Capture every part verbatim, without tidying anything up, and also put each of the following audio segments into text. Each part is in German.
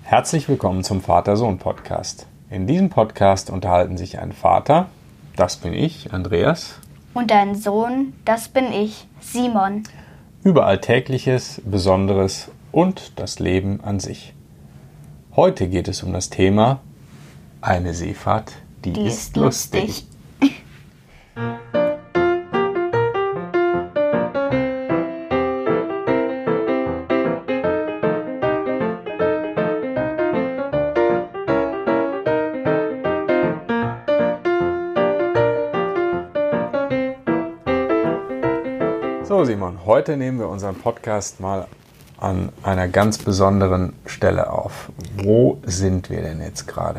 Herzlich willkommen zum Vater-Sohn-Podcast. In diesem Podcast unterhalten sich ein Vater, das bin ich, Andreas, und ein Sohn, das bin ich, Simon, über Alltägliches, Besonderes und das Leben an sich. Heute geht es um das Thema eine Seefahrt, die, die ist, ist lustig. lustig. So Simon, heute nehmen wir unseren Podcast mal an einer ganz besonderen Stelle auf. Wo sind wir denn jetzt gerade?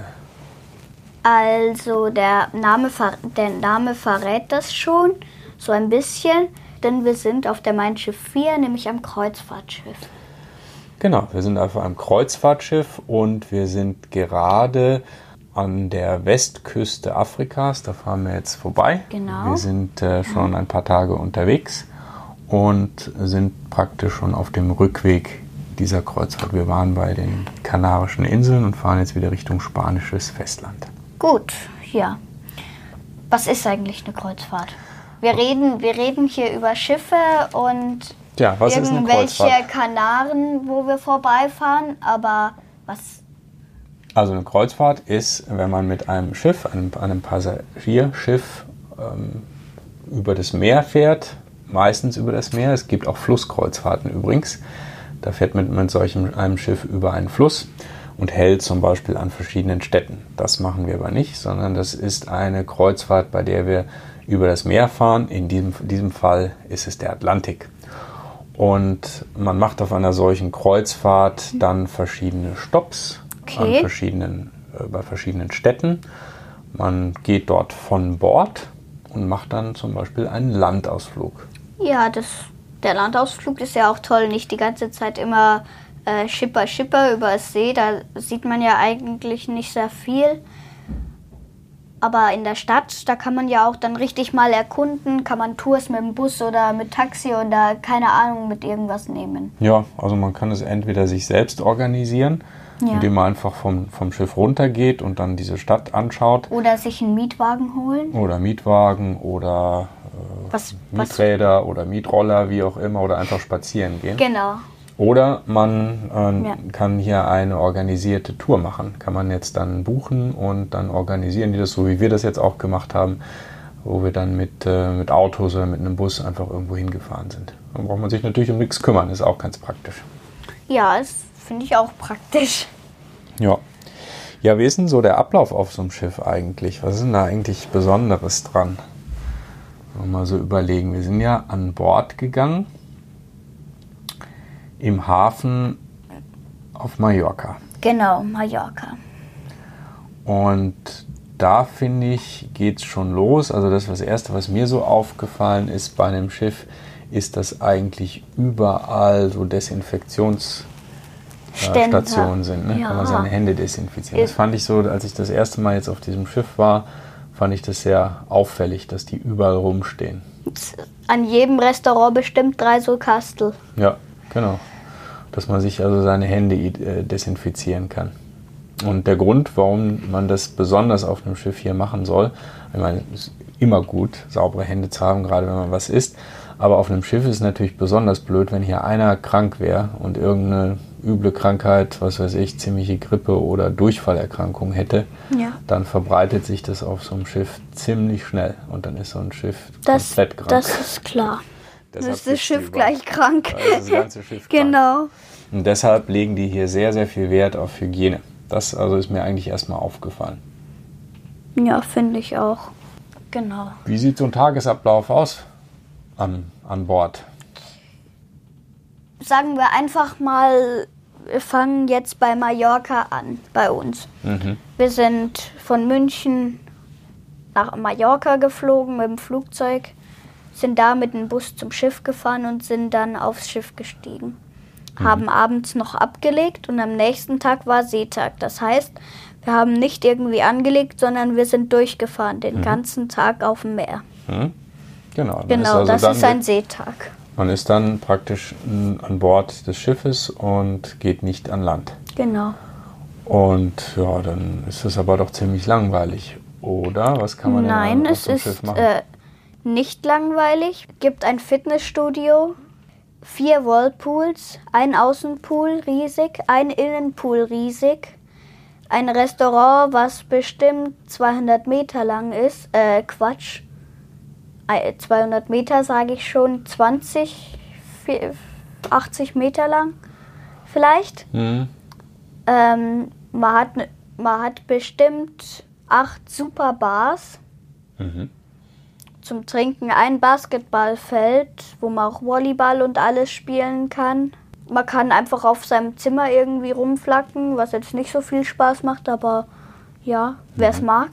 Also der Name, ver- der Name verrät das schon, so ein bisschen, denn wir sind auf der Mein Schiff vier, nämlich am Kreuzfahrtschiff. Genau, wir sind auf einem Kreuzfahrtschiff und wir sind gerade an der Westküste Afrikas. Da fahren wir jetzt vorbei. Genau. Wir sind äh, schon ein paar Tage unterwegs und sind praktisch schon auf dem Rückweg dieser Kreuzfahrt. Wir waren bei den Kanarischen Inseln und fahren jetzt wieder Richtung spanisches Festland. Gut, ja. Was ist eigentlich eine Kreuzfahrt? Wir reden, wir reden hier über Schiffe und Tja, was ist eine irgendwelche Kreuzfahrt? Kanaren, wo wir vorbeifahren, aber was... Also eine Kreuzfahrt ist, wenn man mit einem Schiff, einem, einem Passagierschiff ähm, über das Meer fährt, meistens über das Meer. Es gibt auch Flusskreuzfahrten übrigens. Da fährt man mit solchem einem Schiff über einen Fluss und hält zum Beispiel an verschiedenen Städten. Das machen wir aber nicht, sondern das ist eine Kreuzfahrt, bei der wir über das Meer fahren. In diesem, in diesem Fall ist es der Atlantik. Und man macht auf einer solchen Kreuzfahrt dann verschiedene Stopps Okay. an verschiedenen, äh, bei verschiedenen Städten. Man geht dort von Bord und macht dann zum Beispiel einen Landausflug. Ja, das, der Landausflug ist ja auch toll, nicht die ganze Zeit immer äh, Schipper, Schipper über das See, da sieht man ja eigentlich nicht sehr viel. Aber in der Stadt, da kann man ja auch dann richtig mal erkunden, kann man Tours mit dem Bus oder mit Taxi oder keine Ahnung mit irgendwas nehmen. Ja, also man kann es entweder sich selbst organisieren, Ja. indem man einfach vom, vom Schiff runtergeht und dann diese Stadt anschaut. Oder sich einen Mietwagen holen. Oder Mietwagen oder äh, Was, was, Mieträder oder Mietroller, wie auch immer, oder einfach spazieren gehen. genau. Oder man äh, Ja. kann hier eine organisierte Tour machen. Kann man jetzt dann buchen und dann organisieren die das, so wie wir das jetzt auch gemacht haben, wo wir dann mit, äh, mit Autos oder mit einem Bus einfach irgendwo hingefahren sind. Dann braucht man sich natürlich um nichts kümmern, ist auch ganz praktisch. Ja, das finde ich auch praktisch. Ja. Ja, wie ist denn so der Ablauf auf so einem Schiff eigentlich? Was ist denn da eigentlich Besonderes dran? Wenn wir mal so überlegen. Wir sind ja an Bord gegangen im Hafen auf Mallorca. Genau, Mallorca. Und da, finde ich, geht es schon los. Also das, das Erste, was mir so aufgefallen ist bei einem Schiff, ist, dass eigentlich überall so Desinfektionsstationen Ständer. sind. Ne? Ja. Kann man seine Hände desinfizieren. Das fand ich so, als ich das erste Mal jetzt auf diesem Schiff war, fand ich das sehr auffällig, dass die überall rumstehen. An jedem Restaurant bestimmt drei so Kastel. Ja, genau. Dass man sich also seine Hände äh, desinfizieren kann. Und der Grund, warum man das besonders auf einem Schiff hier machen soll, ich meine, es ist immer gut, saubere Hände zu haben, gerade wenn man was isst, aber auf einem Schiff ist es natürlich besonders blöd, wenn hier einer krank wäre und irgendeine üble Krankheit, was weiß ich, ziemliche Grippe oder Durchfallerkrankung hätte, Ja. dann verbreitet sich das auf so einem Schiff ziemlich schnell und dann ist so ein Schiff Das, komplett krank. das ist klar. Deshalb Das ist das gibt's die Schiff überall. gleich krank. Da ist das ganze Schiff krank. Genau. Und deshalb legen die hier sehr, sehr viel Wert auf Hygiene. Das also ist mir eigentlich erstmal aufgefallen. Ja, finde ich auch. Genau. Wie sieht so ein Tagesablauf aus an, an Bord? Sagen wir einfach mal, wir fangen jetzt bei Mallorca an, bei uns. Mhm. Wir sind von München nach Mallorca geflogen mit dem Flugzeug, sind da mit dem Bus zum Schiff gefahren und sind dann aufs Schiff gestiegen. Mhm. Haben abends noch abgelegt und am nächsten Tag war Seetag. Das heißt, wir haben nicht irgendwie angelegt, sondern wir sind durchgefahren den mhm. ganzen Tag auf dem Meer. Mhm. Genau, genau ist also das dann ist ein Seetag. Man ist dann praktisch an Bord des Schiffes und geht nicht an Land. Genau. Und ja, dann ist es aber doch ziemlich langweilig, oder? Was kann man Nein, denn auf es so einem ist Schiff machen? äh, nicht langweilig. Gibt ein Fitnessstudio, vier Whirlpools, ein Außenpool riesig, ein Innenpool riesig, ein Restaurant, was bestimmt zweihundert Meter lang ist. Äh, Quatsch. Äh, zweihundert Meter sage ich schon, zwanzig, achtzig Meter lang vielleicht. Mhm. Ähm, man, hat, ne- man hat bestimmt acht Superbars. Mhm. Zum Trinken ein Basketballfeld, wo man auch Volleyball und alles spielen kann. Man kann einfach auf seinem Zimmer irgendwie rumflacken, was jetzt nicht so viel Spaß macht, aber ja, wer es Mhm. mag.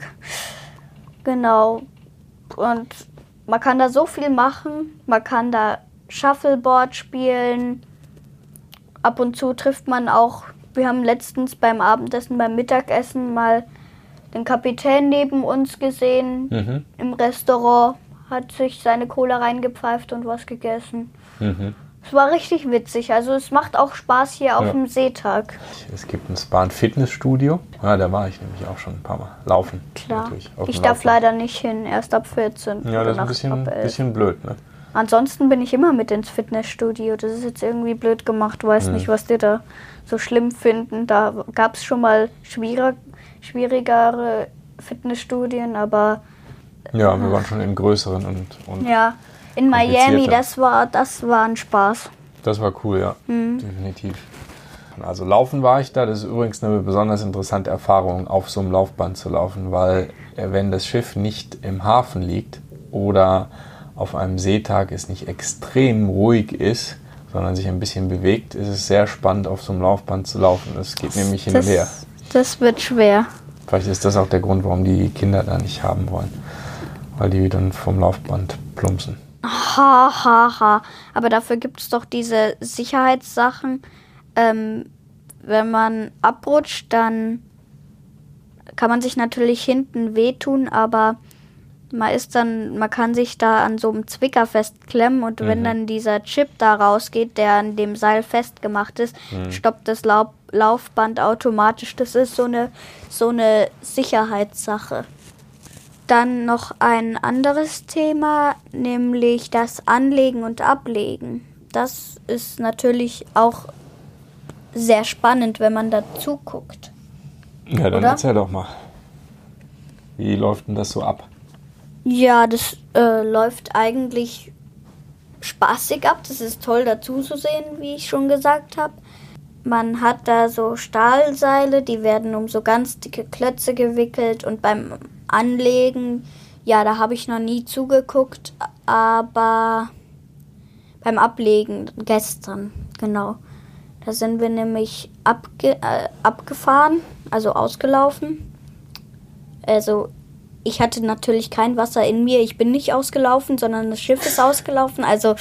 Genau. Und man kann da so viel machen. Man kann da Shuffleboard spielen. Ab und zu trifft man auch, wir haben letztens beim Abendessen, beim Mittagessen mal den Kapitän neben uns gesehen Mhm. im Restaurant, hat sich seine Cola reingepfeift und was gegessen. Mhm. Es war richtig witzig, also es macht auch Spaß hier auf Ja. dem Seetag. Es gibt ein Spa- und Fitnessstudio. Ja, da war ich nämlich auch schon ein paar Mal. Laufen. Klar, natürlich, auf ich dem darf Laufband. leider nicht hin, erst ab vierzehn. Ja, das ist oder ein bisschen, ab elf. bisschen blöd, ne? Ansonsten bin ich immer mit ins Fitnessstudio. Das ist jetzt irgendwie blöd gemacht. Weiß Hm. nicht, was die da so schlimm finden. Da gab es schon mal schwieriger, schwierigere Fitnessstudien, aber Ja, wir waren schon in größeren und, und ja, in Miami, Komplizierter. das war, das war ein Spaß. das war cool, ja. Hm. Definitiv. Also laufen war ich da. Das ist übrigens eine besonders interessante Erfahrung, auf so einem Laufband zu laufen, weil äh, wenn das Schiff nicht im Hafen liegt oder auf einem Seetag es nicht extrem ruhig ist, sondern sich ein bisschen bewegt, ist es sehr spannend, auf so einem Laufband zu laufen. Es geht nämlich hin und her. Das, das wird schwer. Vielleicht ist das auch der Grund, warum die Kinder da nicht haben wollen, weil die dann vom Laufband plumpsen. Ha, ha, ha. Aber dafür gibt es doch diese Sicherheitssachen. Ähm, wenn man abrutscht, dann kann man sich natürlich hinten wehtun, aber man ist dann, man kann sich da an so einem Zwicker festklemmen und Mhm. wenn dann dieser Chip da rausgeht, der an dem Seil festgemacht ist, Mhm. stoppt das Lauf, Laufband automatisch. Das ist so eine, so eine Sicherheitssache. Dann noch ein anderes Thema, nämlich das Anlegen und Ablegen. Das ist natürlich auch sehr spannend, wenn man da zuguckt. Ja, dann Oder? erzähl doch mal. Wie läuft denn das so ab? Ja, das äh, läuft eigentlich spaßig ab. Das ist toll dazu zu sehen, wie ich schon gesagt habe. Man hat da so Stahlseile, die werden um so ganz dicke Klötze gewickelt und beim Anlegen, ja, da habe ich noch nie zugeguckt, aber beim Ablegen gestern, genau. Da sind wir nämlich abge äh, abgefahren, also ausgelaufen. Also ich hatte natürlich kein Wasser in mir, ich bin nicht ausgelaufen, sondern das Schiff ist ausgelaufen, also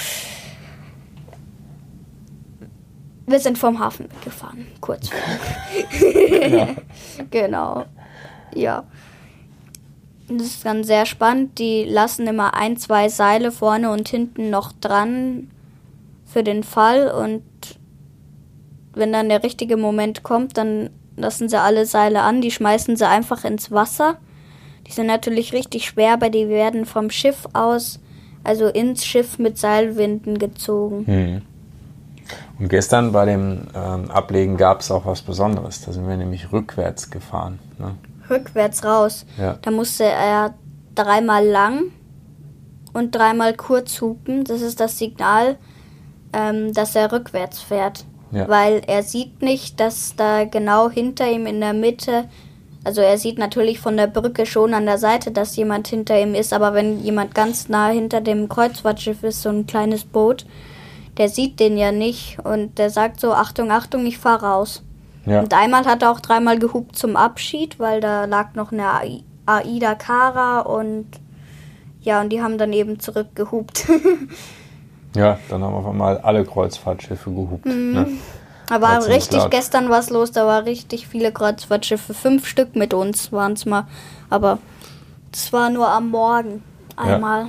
wir sind vom Hafen weggefahren, kurz vorher. Ja. Genau, ja. Das ist dann sehr spannend. Die lassen immer ein, zwei Seile vorne und hinten noch dran für den Fall. Und wenn dann der richtige Moment kommt, dann lassen sie alle Seile an. Die schmeißen sie einfach ins Wasser. Die sind natürlich richtig schwer, aber die werden vom Schiff aus, also ins Schiff mit Seilwinden gezogen. Hm. Und gestern bei dem ähm, Ablegen gab es auch was Besonderes. Da sind wir nämlich rückwärts gefahren. Ne? Rückwärts raus. Ja. Da musste er dreimal lang und dreimal kurz hupen. Das ist das Signal, ähm, dass er rückwärts fährt. Ja. Weil er sieht nicht, dass da genau hinter ihm in der Mitte, also er sieht natürlich von der Brücke schon an der Seite, dass jemand hinter ihm ist, aber wenn jemand ganz nah hinter dem Kreuzfahrtschiff ist, so ein kleines Boot, der sieht den ja nicht und der sagt so, Achtung, Achtung, ich fahr raus. Ja. Und einmal hat er auch dreimal gehupt zum Abschied, weil da lag noch eine Aida Cara und ja, und die haben dann eben zurückgehupt. Ja, dann haben auf einmal alle Kreuzfahrtschiffe gehupt. Ne? Da War war ziemlich richtig, laut. gestern was los, da war richtig viele Kreuzfahrtschiffe, fünf Stück mit uns waren es mal, aber das war nur am Morgen einmal.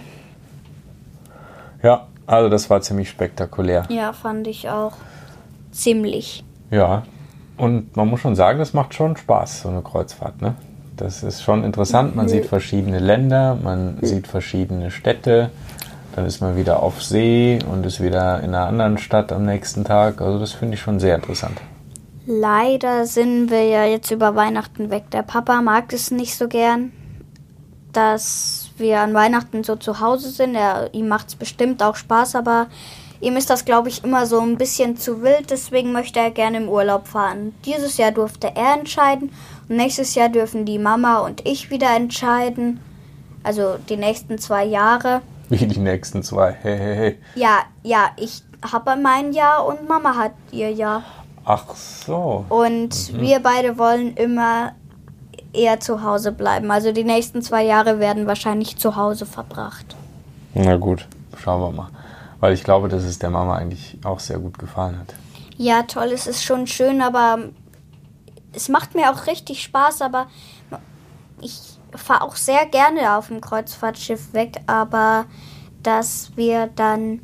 Ja, also das war ziemlich spektakulär. Ja, fand ich auch ziemlich. Ja, Und man muss schon sagen, das macht schon Spaß, so eine Kreuzfahrt, ne? Das ist schon interessant. Man sieht verschiedene Länder, man sieht verschiedene Städte. Dann ist man wieder auf See und ist wieder in einer anderen Stadt am nächsten Tag. Also das finde ich schon sehr interessant. Leider sind wir ja jetzt über Weihnachten weg. Der Papa mag es nicht so gern, dass wir an Weihnachten so zu Hause sind. Er, ihm macht es bestimmt auch Spaß, aber ihm ist das, glaube ich, immer so ein bisschen zu wild. Deswegen möchte er gerne im Urlaub fahren. Dieses Jahr durfte er entscheiden und nächstes Jahr dürfen die Mama und ich wieder entscheiden. Also die nächsten zwei Jahre. Wie die nächsten zwei. Hey, hey, hey. Ja, ja, ich habe mein Jahr und Mama hat ihr Jahr. Ach so. Und mhm. wir beide wollen immer eher zu Hause bleiben. Also die nächsten zwei Jahre werden wahrscheinlich zu Hause verbracht. Na gut, schauen wir mal. Weil ich glaube, dass es der Mama eigentlich auch sehr gut gefallen hat. Ja, toll, es ist schon schön, aber es macht mir auch richtig Spaß, aber ich fahre auch sehr gerne auf dem Kreuzfahrtschiff weg, aber dass wir dann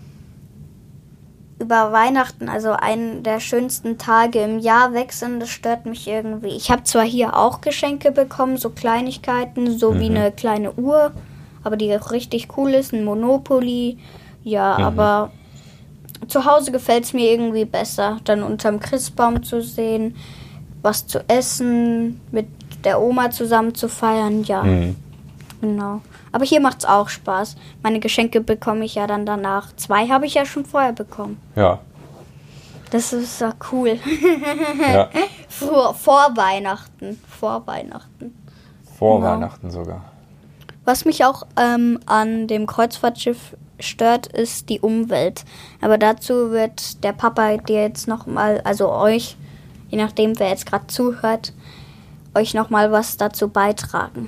über Weihnachten, also einen der schönsten Tage im Jahr weg sind, das stört mich irgendwie. Ich habe zwar hier auch Geschenke bekommen, so Kleinigkeiten, so mhm. wie eine kleine Uhr, aber die auch richtig cool ist, ein Monopoly, ja, mhm. aber zu Hause gefällt es mir irgendwie besser, dann unterm Christbaum zu sehen, was zu essen, mit der Oma zusammen zu feiern, ja, mhm. genau. Aber hier macht's auch Spaß. Meine Geschenke bekomme ich ja dann danach. Zwei habe ich ja schon vorher bekommen. Ja. Das ist ja cool. Ja. Vor, vor Weihnachten. Vor Weihnachten. Vor genau. Weihnachten sogar. Was mich auch ähm, an dem Kreuzfahrtschiff stört, ist die Umwelt. Aber dazu wird der Papa dir jetzt nochmal, also euch, je nachdem wer jetzt gerade zuhört, euch nochmal was dazu beitragen.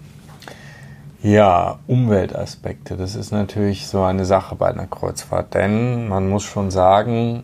Ja, Umweltaspekte, das ist natürlich so eine Sache bei einer Kreuzfahrt, denn man muss schon sagen,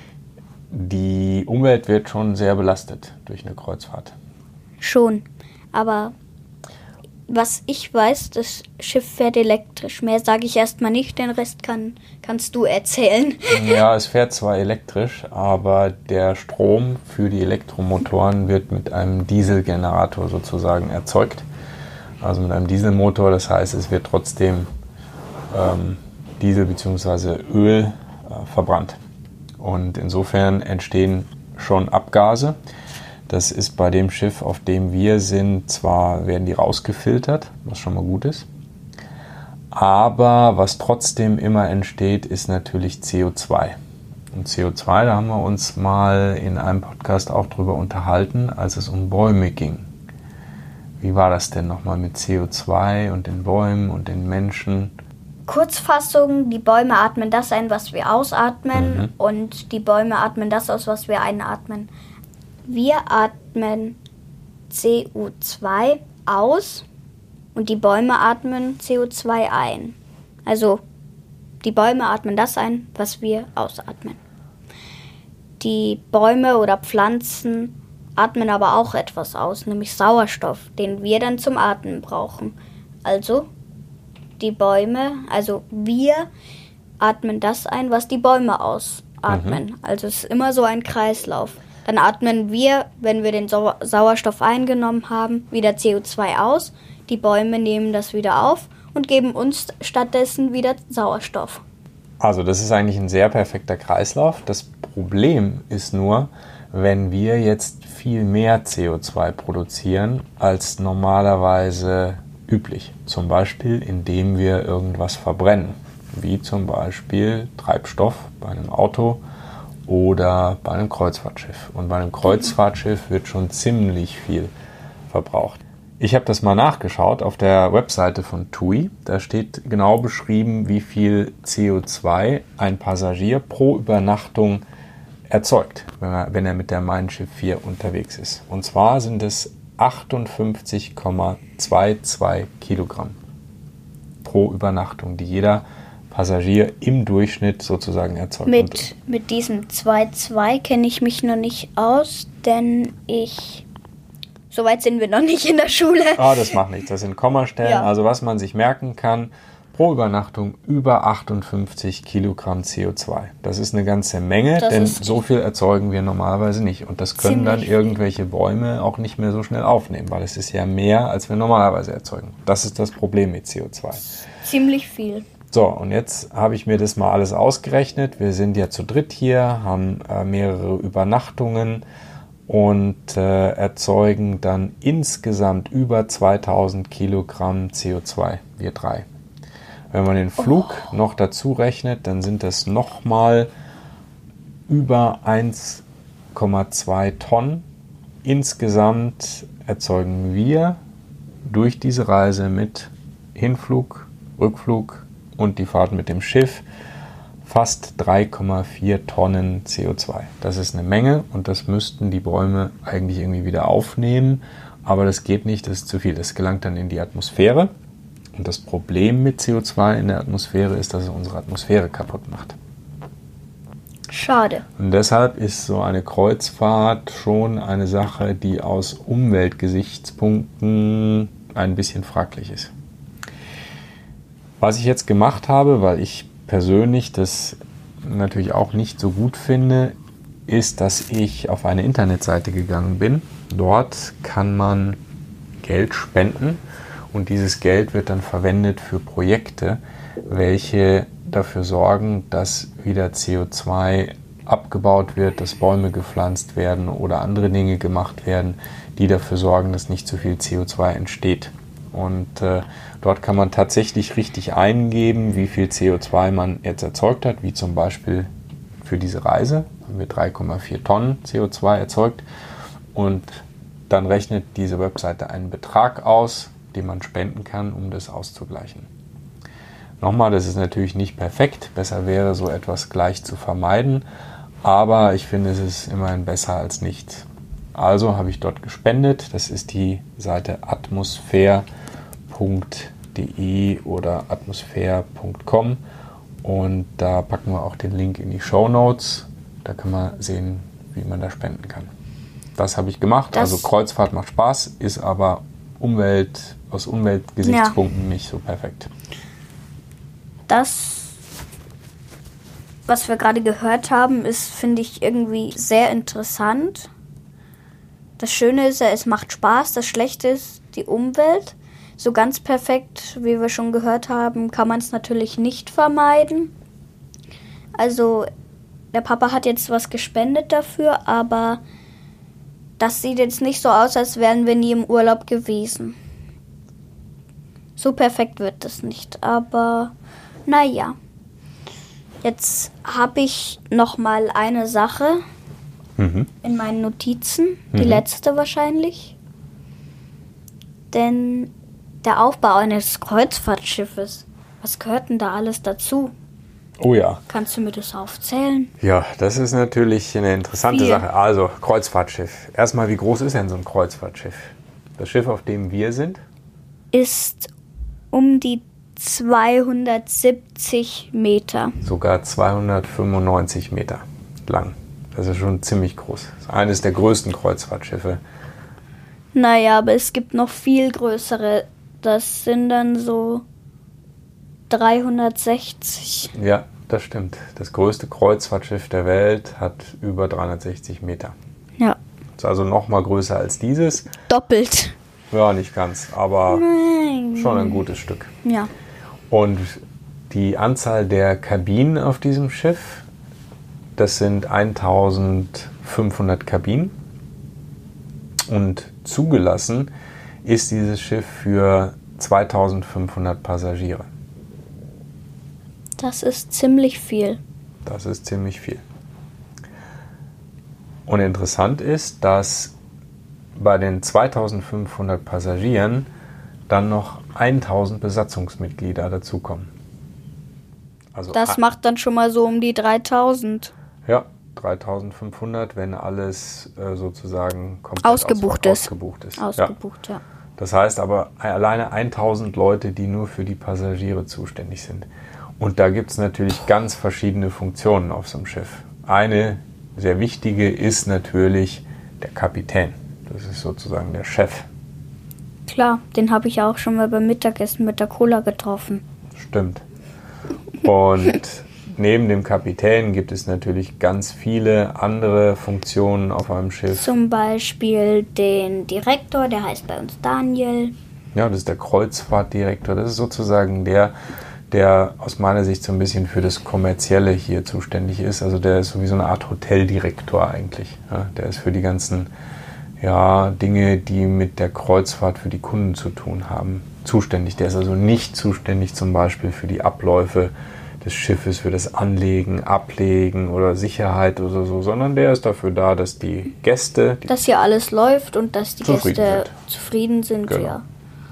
die Umwelt wird schon sehr belastet durch eine Kreuzfahrt. Schon, aber was ich weiß, das Schiff fährt elektrisch. Mehr sage ich erstmal nicht, den Rest kann, kannst du erzählen. Ja, es fährt zwar elektrisch, aber der Strom für die Elektromotoren wird mit einem Dieselgenerator sozusagen erzeugt. Also mit einem Dieselmotor, das heißt, es wird trotzdem ähm, Diesel bzw. Öl äh, verbrannt. Und insofern entstehen schon Abgase. Das ist bei dem Schiff, auf dem wir sind, zwar werden die rausgefiltert, was schon mal gut ist, aber was trotzdem immer entsteht, ist natürlich C O zwei. Und C O zwei, da haben wir uns mal in einem Podcast auch drüber unterhalten, als es um Bäume ging. Wie war das denn nochmal mit C O zwei und den Bäumen und den Menschen? Kurzfassung, die Bäume atmen das ein, was wir ausatmen, mhm. und die Bäume atmen das aus, was wir einatmen. Wir atmen C O zwei aus und die Bäume atmen C O zwei ein. Also die Bäume atmen das ein, was wir ausatmen. Die Bäume oder Pflanzen atmen aber auch etwas aus, nämlich Sauerstoff, den wir dann zum Atmen brauchen. Also die Bäume, also wir atmen das ein, was die Bäume ausatmen. Mhm. Also es ist immer so ein Kreislauf. Dann atmen wir, wenn wir den Sau- Sauerstoff eingenommen haben, wieder C O zwei aus. Die Bäume nehmen das wieder auf und geben uns stattdessen wieder Sauerstoff. Also das ist eigentlich ein sehr perfekter Kreislauf. Das Problem ist nur, wenn wir jetzt viel mehr C O zwei produzieren als normalerweise üblich. Zum Beispiel, indem wir irgendwas verbrennen, wie zum Beispiel Treibstoff bei einem Auto oder bei einem Kreuzfahrtschiff. Und bei einem Kreuzfahrtschiff wird schon ziemlich viel verbraucht. Ich habe das mal nachgeschaut auf der Webseite von T U I. Da steht genau beschrieben, wie viel C O zwei ein Passagier pro Übernachtung erzeugt, wenn er, wenn er mit der Mein Schiff vier unterwegs ist. Und zwar sind es achtundfünfzig Komma zweiundzwanzig Kilogramm pro Übernachtung, die jeder Passagier im Durchschnitt sozusagen erzeugt. Mit, mit diesem zwei Komma zwei kenne ich mich noch nicht aus, denn ich... So weit sind wir noch nicht in der Schule. Ah, das macht nichts. Das sind Kommastellen. Ja. Also was man sich merken kann, pro Übernachtung über achtundfünfzig Kilogramm C O zwei. Das ist eine ganze Menge, Das denn ist so viel erzeugen wir normalerweise nicht. Und das können dann ziemlich irgendwelche Bäume auch nicht mehr so schnell aufnehmen, weil es ist ja mehr, als wir normalerweise erzeugen. Das ist das Problem mit C O zwei. ziemlich viel. So, und jetzt habe ich mir das mal alles ausgerechnet. Wir sind ja zu dritt hier, haben äh, mehrere Übernachtungen und äh, erzeugen dann insgesamt über zweitausend Kilogramm C O zwei, wir drei. Wenn man den Flug oh. noch dazu rechnet, dann sind das nochmal über eins Komma zwei Tonnen. Insgesamt erzeugen wir durch diese Reise mit Hinflug, Rückflug und die Fahrt mit dem Schiff fast drei Komma vier Tonnen C O zwei. Das ist eine Menge und das müssten die Bäume eigentlich irgendwie wieder aufnehmen, aber das geht nicht, das ist zu viel. Das gelangt dann in die Atmosphäre und das Problem mit C O zwei in der Atmosphäre ist, dass es unsere Atmosphäre kaputt macht. Schade. Und deshalb ist so eine Kreuzfahrt schon eine Sache, die aus Umweltgesichtspunkten ein bisschen fraglich ist. Was ich jetzt gemacht habe, weil ich persönlich das natürlich auch nicht so gut finde, ist, dass ich auf eine Internetseite gegangen bin. Dort kann man Geld spenden und dieses Geld wird dann verwendet für Projekte, welche dafür sorgen, dass wieder C O zwei abgebaut wird, dass Bäume gepflanzt werden oder andere Dinge gemacht werden, die dafür sorgen, dass nicht zu viel C O zwei entsteht. Und äh, dort kann man tatsächlich richtig eingeben, wie viel C O zwei man jetzt erzeugt hat, wie zum Beispiel für diese Reise haben wir drei Komma vier Tonnen C O zwei erzeugt und dann rechnet diese Webseite einen Betrag aus, den man spenden kann, um das auszugleichen. Nochmal, das ist natürlich nicht perfekt, besser wäre so etwas gleich zu vermeiden, aber ich finde, es ist immerhin besser als nichts. Also habe ich dort gespendet, das ist die Seite atmosphäre punkt de oder atmosphäre punkt com und da packen wir auch den Link in die Shownotes, da kann man sehen, wie man da spenden kann. Das habe ich gemacht, das also Kreuzfahrt macht Spaß, ist aber Umwelt, aus Umweltgesichtspunkten ja. nicht so perfekt. Das, was wir gerade gehört haben, ist, finde ich, irgendwie sehr interessant. Das Schöne ist ja, es macht Spaß. Das Schlechte ist die Umwelt. So ganz perfekt, wie wir schon gehört haben, kann man es natürlich nicht vermeiden. Also, der Papa hat jetzt was gespendet dafür, aber das sieht jetzt nicht so aus, als wären wir nie im Urlaub gewesen. So perfekt wird das nicht, aber naja. Jetzt habe ich noch mal eine Sache mhm. in meinen Notizen, die mhm. letzte wahrscheinlich. Denn der Aufbau eines Kreuzfahrtschiffes, was gehört denn da alles dazu? Oh ja. Kannst du mir das aufzählen? Ja, das ist natürlich eine interessante Viel. Sache. Also, Kreuzfahrtschiff. Erstmal, wie groß ist denn so ein Kreuzfahrtschiff? Das Schiff, auf dem wir sind? Ist um die zweihundertsiebzig Meter. Sogar zweihundertfünfundneunzig Meter lang. Das ist schon ziemlich groß. Das ist eines der größten Kreuzfahrtschiffe. Naja, aber es gibt noch viel größere. Das sind dann so dreihundertsechzig. Ja, das stimmt. Das größte Kreuzfahrtschiff der Welt hat über dreihundertsechzig Meter. Ja. Ist also noch mal größer als dieses. Doppelt. Ja, nicht ganz, aber Nein. schon ein gutes Stück. Ja. Und die Anzahl der Kabinen auf diesem Schiff, das sind eintausendfünfhundert Kabinen. Und zugelassen ist dieses Schiff für zweitausendfünfhundert Passagiere. Das ist ziemlich viel. Das ist ziemlich viel. Und interessant ist, dass bei den zweitausendfünfhundert Passagieren dann noch tausend Besatzungsmitglieder dazukommen. Also das macht dann schon mal so um die dreitausend. Ja, dreitausendfünfhundert, wenn alles äh, sozusagen komplett ausgebucht, aus, ist. ausgebucht ist. Ausgebucht, ja. ja. Das heißt aber alleine tausend Leute, die nur für die Passagiere zuständig sind. Und da gibt es natürlich ganz verschiedene Funktionen auf so einem Schiff. Eine sehr wichtige ist natürlich der Kapitän. Das ist sozusagen der Chef. Klar, den habe ich auch schon mal beim Mittagessen mit der Cola getroffen. Stimmt. Und neben dem Kapitän gibt es natürlich ganz viele andere Funktionen auf einem Schiff. Zum Beispiel den Direktor, der heißt bei uns Daniel. Ja, das ist der Kreuzfahrtdirektor. Das ist sozusagen der, der aus meiner Sicht so ein bisschen für das Kommerzielle hier zuständig ist. Also der ist so wie so eine Art Hoteldirektor eigentlich. Ja, der ist für die ganzen ja, Dinge, die mit der Kreuzfahrt für die Kunden zu tun haben, zuständig. Der ist also nicht zuständig zum Beispiel für die Abläufe des Schiffes, für das Anlegen, Ablegen oder Sicherheit oder so, sondern der ist dafür da, dass die Gäste... Die dass hier alles läuft und dass die zufrieden Gäste sind. zufrieden sind. Genau. Ja.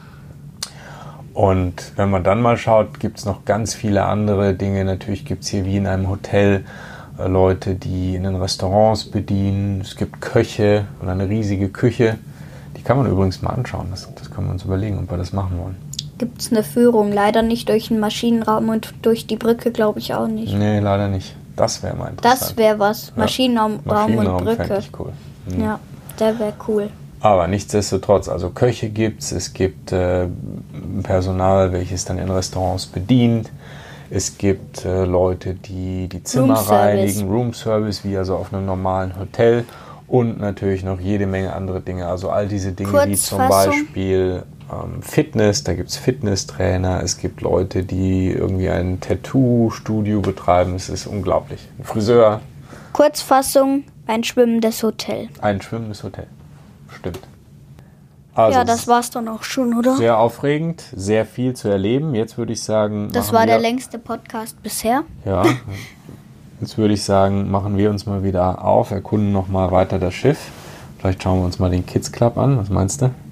Und wenn man dann mal schaut, gibt es noch ganz viele andere Dinge. Natürlich gibt es hier wie in einem Hotel äh, Leute, die in den Restaurants bedienen. Es gibt Köche und eine riesige Küche. Die kann man übrigens mal anschauen. Das, das können wir uns überlegen, ob wir das machen wollen. Gibt es eine Führung? Leider nicht durch den Maschinenraum und durch die Brücke, glaube ich auch nicht. Nee, leider nicht. Das wäre mal interessant. Das wäre was. Ja. Maschinenraum, Maschinenraum und Brücke. fände ich cool. Mhm. Ja, der wäre cool. Aber nichtsdestotrotz, also Köche gibt es, es gibt äh, Personal, welches dann in Restaurants bedient. Es gibt äh, Leute, die die Zimmer Roomservice. reinigen, Roomservice, wie also auf einem normalen Hotel. Und natürlich noch jede Menge andere Dinge. Also all diese Dinge wie zum Kurzfassung. Beispiel ähm, Fitness, da gibt es Fitnesstrainer, es gibt Leute, die irgendwie ein Tattoo-Studio betreiben. Es ist unglaublich. Ein Friseur. Kurzfassung, ein schwimmendes Hotel. Ein schwimmendes Hotel. Stimmt. Also ja, das war's dann auch schon, oder? sehr aufregend, sehr viel zu erleben. Jetzt würde ich sagen, Das machen war wir, der längste Podcast bisher. Ja. Jetzt würde ich sagen, machen wir uns mal wieder auf, erkunden noch mal weiter das Schiff. Vielleicht schauen wir uns mal den Kids Club an. Was meinst du?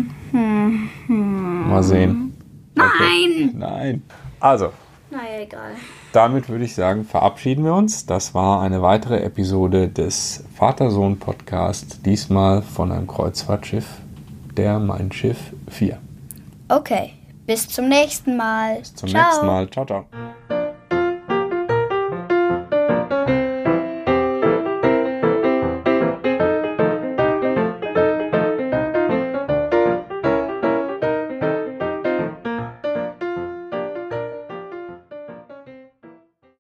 Mal sehen. Okay. Nein! Nein. Also, Naja, egal. damit würde ich sagen, verabschieden wir uns. Das war eine weitere Episode des Vater-Sohn-Podcast, diesmal von einem Kreuzfahrtschiff, der Mein Schiff vier. Okay, bis zum nächsten Mal. Bis zum Ciao. nächsten Mal. Ciao, ciao.